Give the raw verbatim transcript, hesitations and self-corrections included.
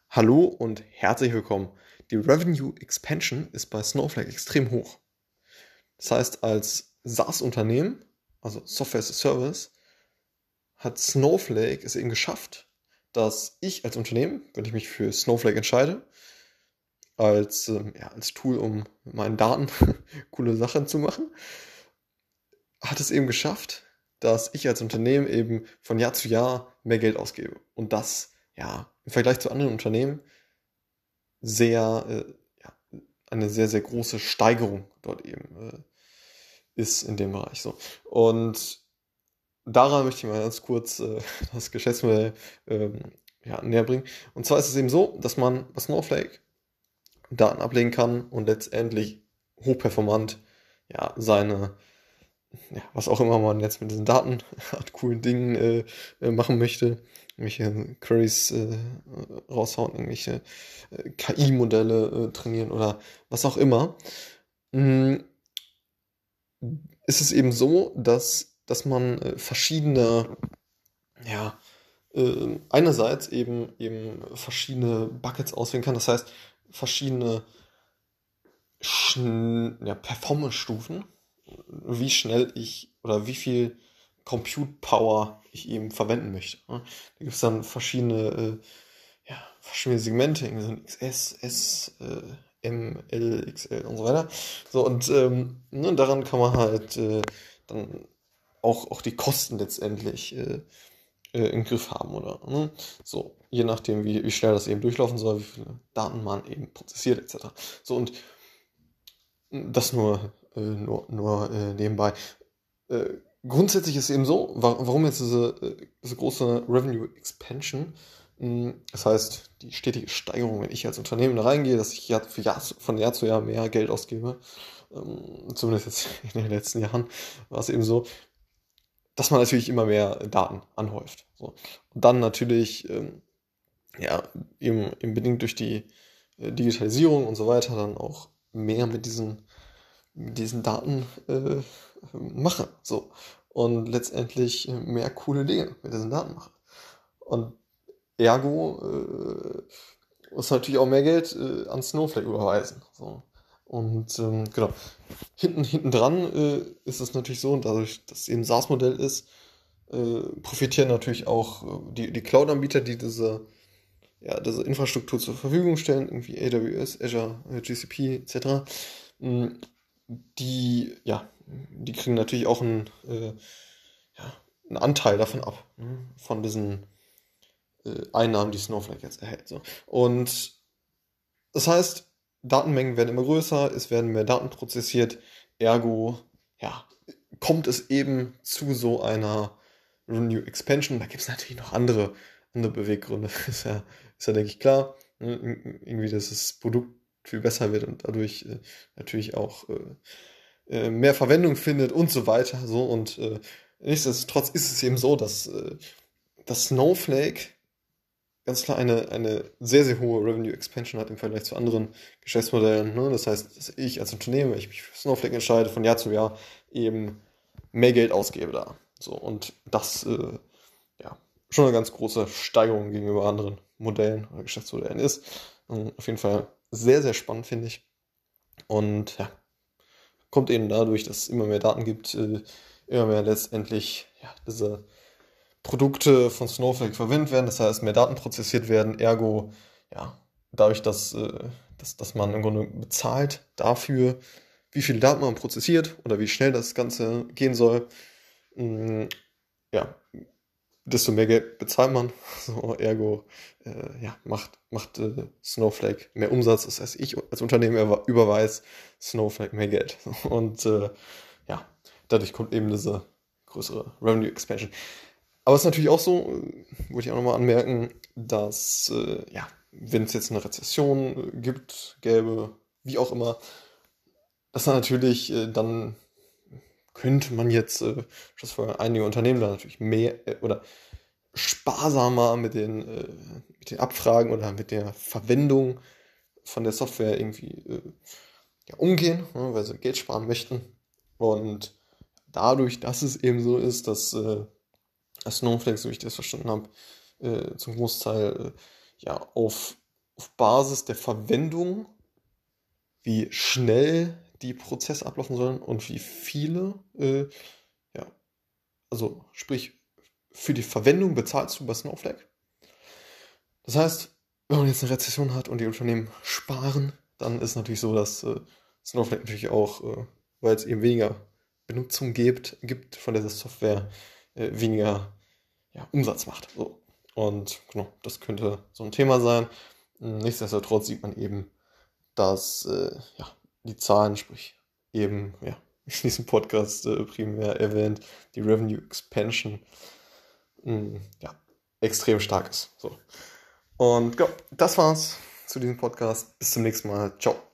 Hallo und herzlich willkommen. Die Revenue Expansion ist bei Snowflake extrem hoch. Das heißt, als SaaS-Unternehmen, also Software as a Service, hat Snowflake es eben geschafft, dass ich als Unternehmen, wenn ich mich für Snowflake entscheide, als, ähm, ja, als Tool, um mit meinen Daten coole Sachen zu machen, hat es eben geschafft, dass ich als Unternehmen eben von Jahr zu Jahr mehr Geld ausgebe. Und das, ja, im Vergleich zu anderen Unternehmen sehr, äh, ja, eine sehr, sehr große Steigerung dort eben äh, ist in dem Bereich so. Und daran möchte ich mal ganz kurz äh, das Geschäftsmodell ähm, ja, näher bringen. Und zwar ist es eben so, dass man bei Snowflake Daten ablegen kann und letztendlich hochperformant ja, seine, ja, was auch immer man jetzt mit diesen Daten an coolen Dingen äh, äh, machen möchte, irgendwelche Queries äh, raushauen, irgendwelche äh, K I-Modelle äh, trainieren oder was auch immer, mm, ist es eben so, dass, dass man äh, verschiedene, ja, äh, einerseits eben, eben verschiedene Buckets auswählen kann, das heißt verschiedene Schn ja, Performance-Stufen, wie schnell ich oder wie viel Compute Power ich eben verwenden möchte. Ne? Da gibt es dann verschiedene, äh, ja, verschiedene Segmente, irgendwie so ein X S, S, äh, M, L, X L und so weiter. So, und ähm, ne, daran kann man halt äh, dann auch, auch die Kosten letztendlich äh, äh, im Griff haben, oder? Ne? So, je nachdem, wie, wie schnell das eben durchlaufen soll, wie viele Daten man eben prozessiert, et cetera. So, und das nur, äh, nur, nur äh, nebenbei. Äh, grundsätzlich ist es eben so, wa warum jetzt diese, äh, diese große Revenue Expansion? Mh, Das heißt, die stetige Steigerung, wenn ich als Unternehmen da reingehe, dass ich Jahr für Jahr, von Jahr zu Jahr mehr Geld ausgebe, ähm, zumindest jetzt in den letzten Jahren, war es eben so, dass man natürlich immer mehr Daten anhäuft. So. Und dann natürlich, ähm, ja, eben, eben bedingt durch die äh, Digitalisierung und so weiter dann auch mehr mit diesen mit diesen Daten äh, mache. So. Und letztendlich äh, mehr coole Dinge mit diesen Daten mache. Und ergo äh, muss natürlich auch mehr Geld äh, an Snowflake überweisen. So. Und ähm, genau. Hinten, hinten dran äh, ist es natürlich so, und dadurch, dass es eben ein SaaS-Modell ist, äh, profitieren natürlich auch äh, die, die Cloud-Anbieter, die diese, ja, diese Infrastruktur zur Verfügung stellen, irgendwie A W S, Azure, äh, G C P et cetera. Die, ja, die kriegen natürlich auch einen, äh, ja, einen Anteil davon ab, ne? Von diesen äh, Einnahmen, die Snowflake jetzt erhält. So. Und das heißt, Datenmengen werden immer größer, es werden mehr Daten prozessiert, ergo, ja, kommt es eben zu so einer Revenue Expansion. Da gibt es natürlich noch andere, andere Beweggründe, ist ja, ist ja, denke ich, klar. Ne? Irgendwie, dass das Produkt viel besser wird und dadurch äh, natürlich auch äh, äh, mehr Verwendung findet und so weiter. So. Und äh, nichtsdestotrotz ist es eben so, dass, äh, dass Snowflake ganz klar eine, eine sehr, sehr hohe Revenue Expansion hat im Vergleich zu anderen Geschäftsmodellen. Ne? Das heißt, dass ich als Unternehmen, wenn ich mich für Snowflake entscheide, von Jahr zu Jahr eben mehr Geld ausgebe da. So, und das äh, ja schon eine ganz große Steigerung gegenüber anderen Modellen oder Geschäftsmodellen ist. Und auf jeden Fall sehr, sehr spannend, finde ich. Und ja, kommt eben dadurch, dass es immer mehr Daten gibt, äh, immer mehr letztendlich ja, diese Produkte von Snowflake verwendet werden, das heißt mehr Daten prozessiert werden, ergo, ja, dadurch, dass, äh, dass, dass man im Grunde bezahlt dafür, wie viele Daten man prozessiert oder wie schnell das Ganze gehen soll, mh, ja, desto mehr Geld bezahlt man. So, ergo, äh, ja, macht, macht äh, Snowflake mehr Umsatz. Das heißt, ich als Unternehmen überweise Snowflake mehr Geld. Und äh, ja, dadurch kommt eben diese größere Revenue Expansion. Aber es ist natürlich auch so, äh, wollte ich auch nochmal anmerken, dass, äh, ja, wenn es jetzt eine Rezession äh, gibt, gäbe, wie auch immer, dass dann natürlich äh, dann könnte man jetzt, äh, das für einige Unternehmen dann natürlich mehr äh, oder sparsamer mit den, äh, mit den Abfragen oder mit der Verwendung von der Software irgendwie äh, ja, umgehen, ne, weil sie Geld sparen möchten. Und dadurch, dass es eben so ist, dass äh, Snowflake, so wie ich das verstanden habe, äh, zum Großteil äh, ja, auf auf Basis der Verwendung, wie schnell die Prozesse ablaufen sollen und wie viele, äh, ja, also sprich, für die Verwendung bezahlst du bei Snowflake. Das heißt, wenn man jetzt eine Rezession hat und die Unternehmen sparen, dann ist es natürlich so, dass äh, Snowflake natürlich auch, äh, weil es eben weniger Benutzung gibt, gibt von dieser Software, äh, weniger ja, Umsatz macht. So. Und genau, das könnte so ein Thema sein. Nichtsdestotrotz sieht man eben, dass äh, ja, die Zahlen, sprich eben ja, in diesem Podcast äh, primär erwähnt, die Revenue Expansion mh, ja, extrem stark ist. So. Und ja, das war's zu diesem Podcast. Bis zum nächsten Mal. Ciao.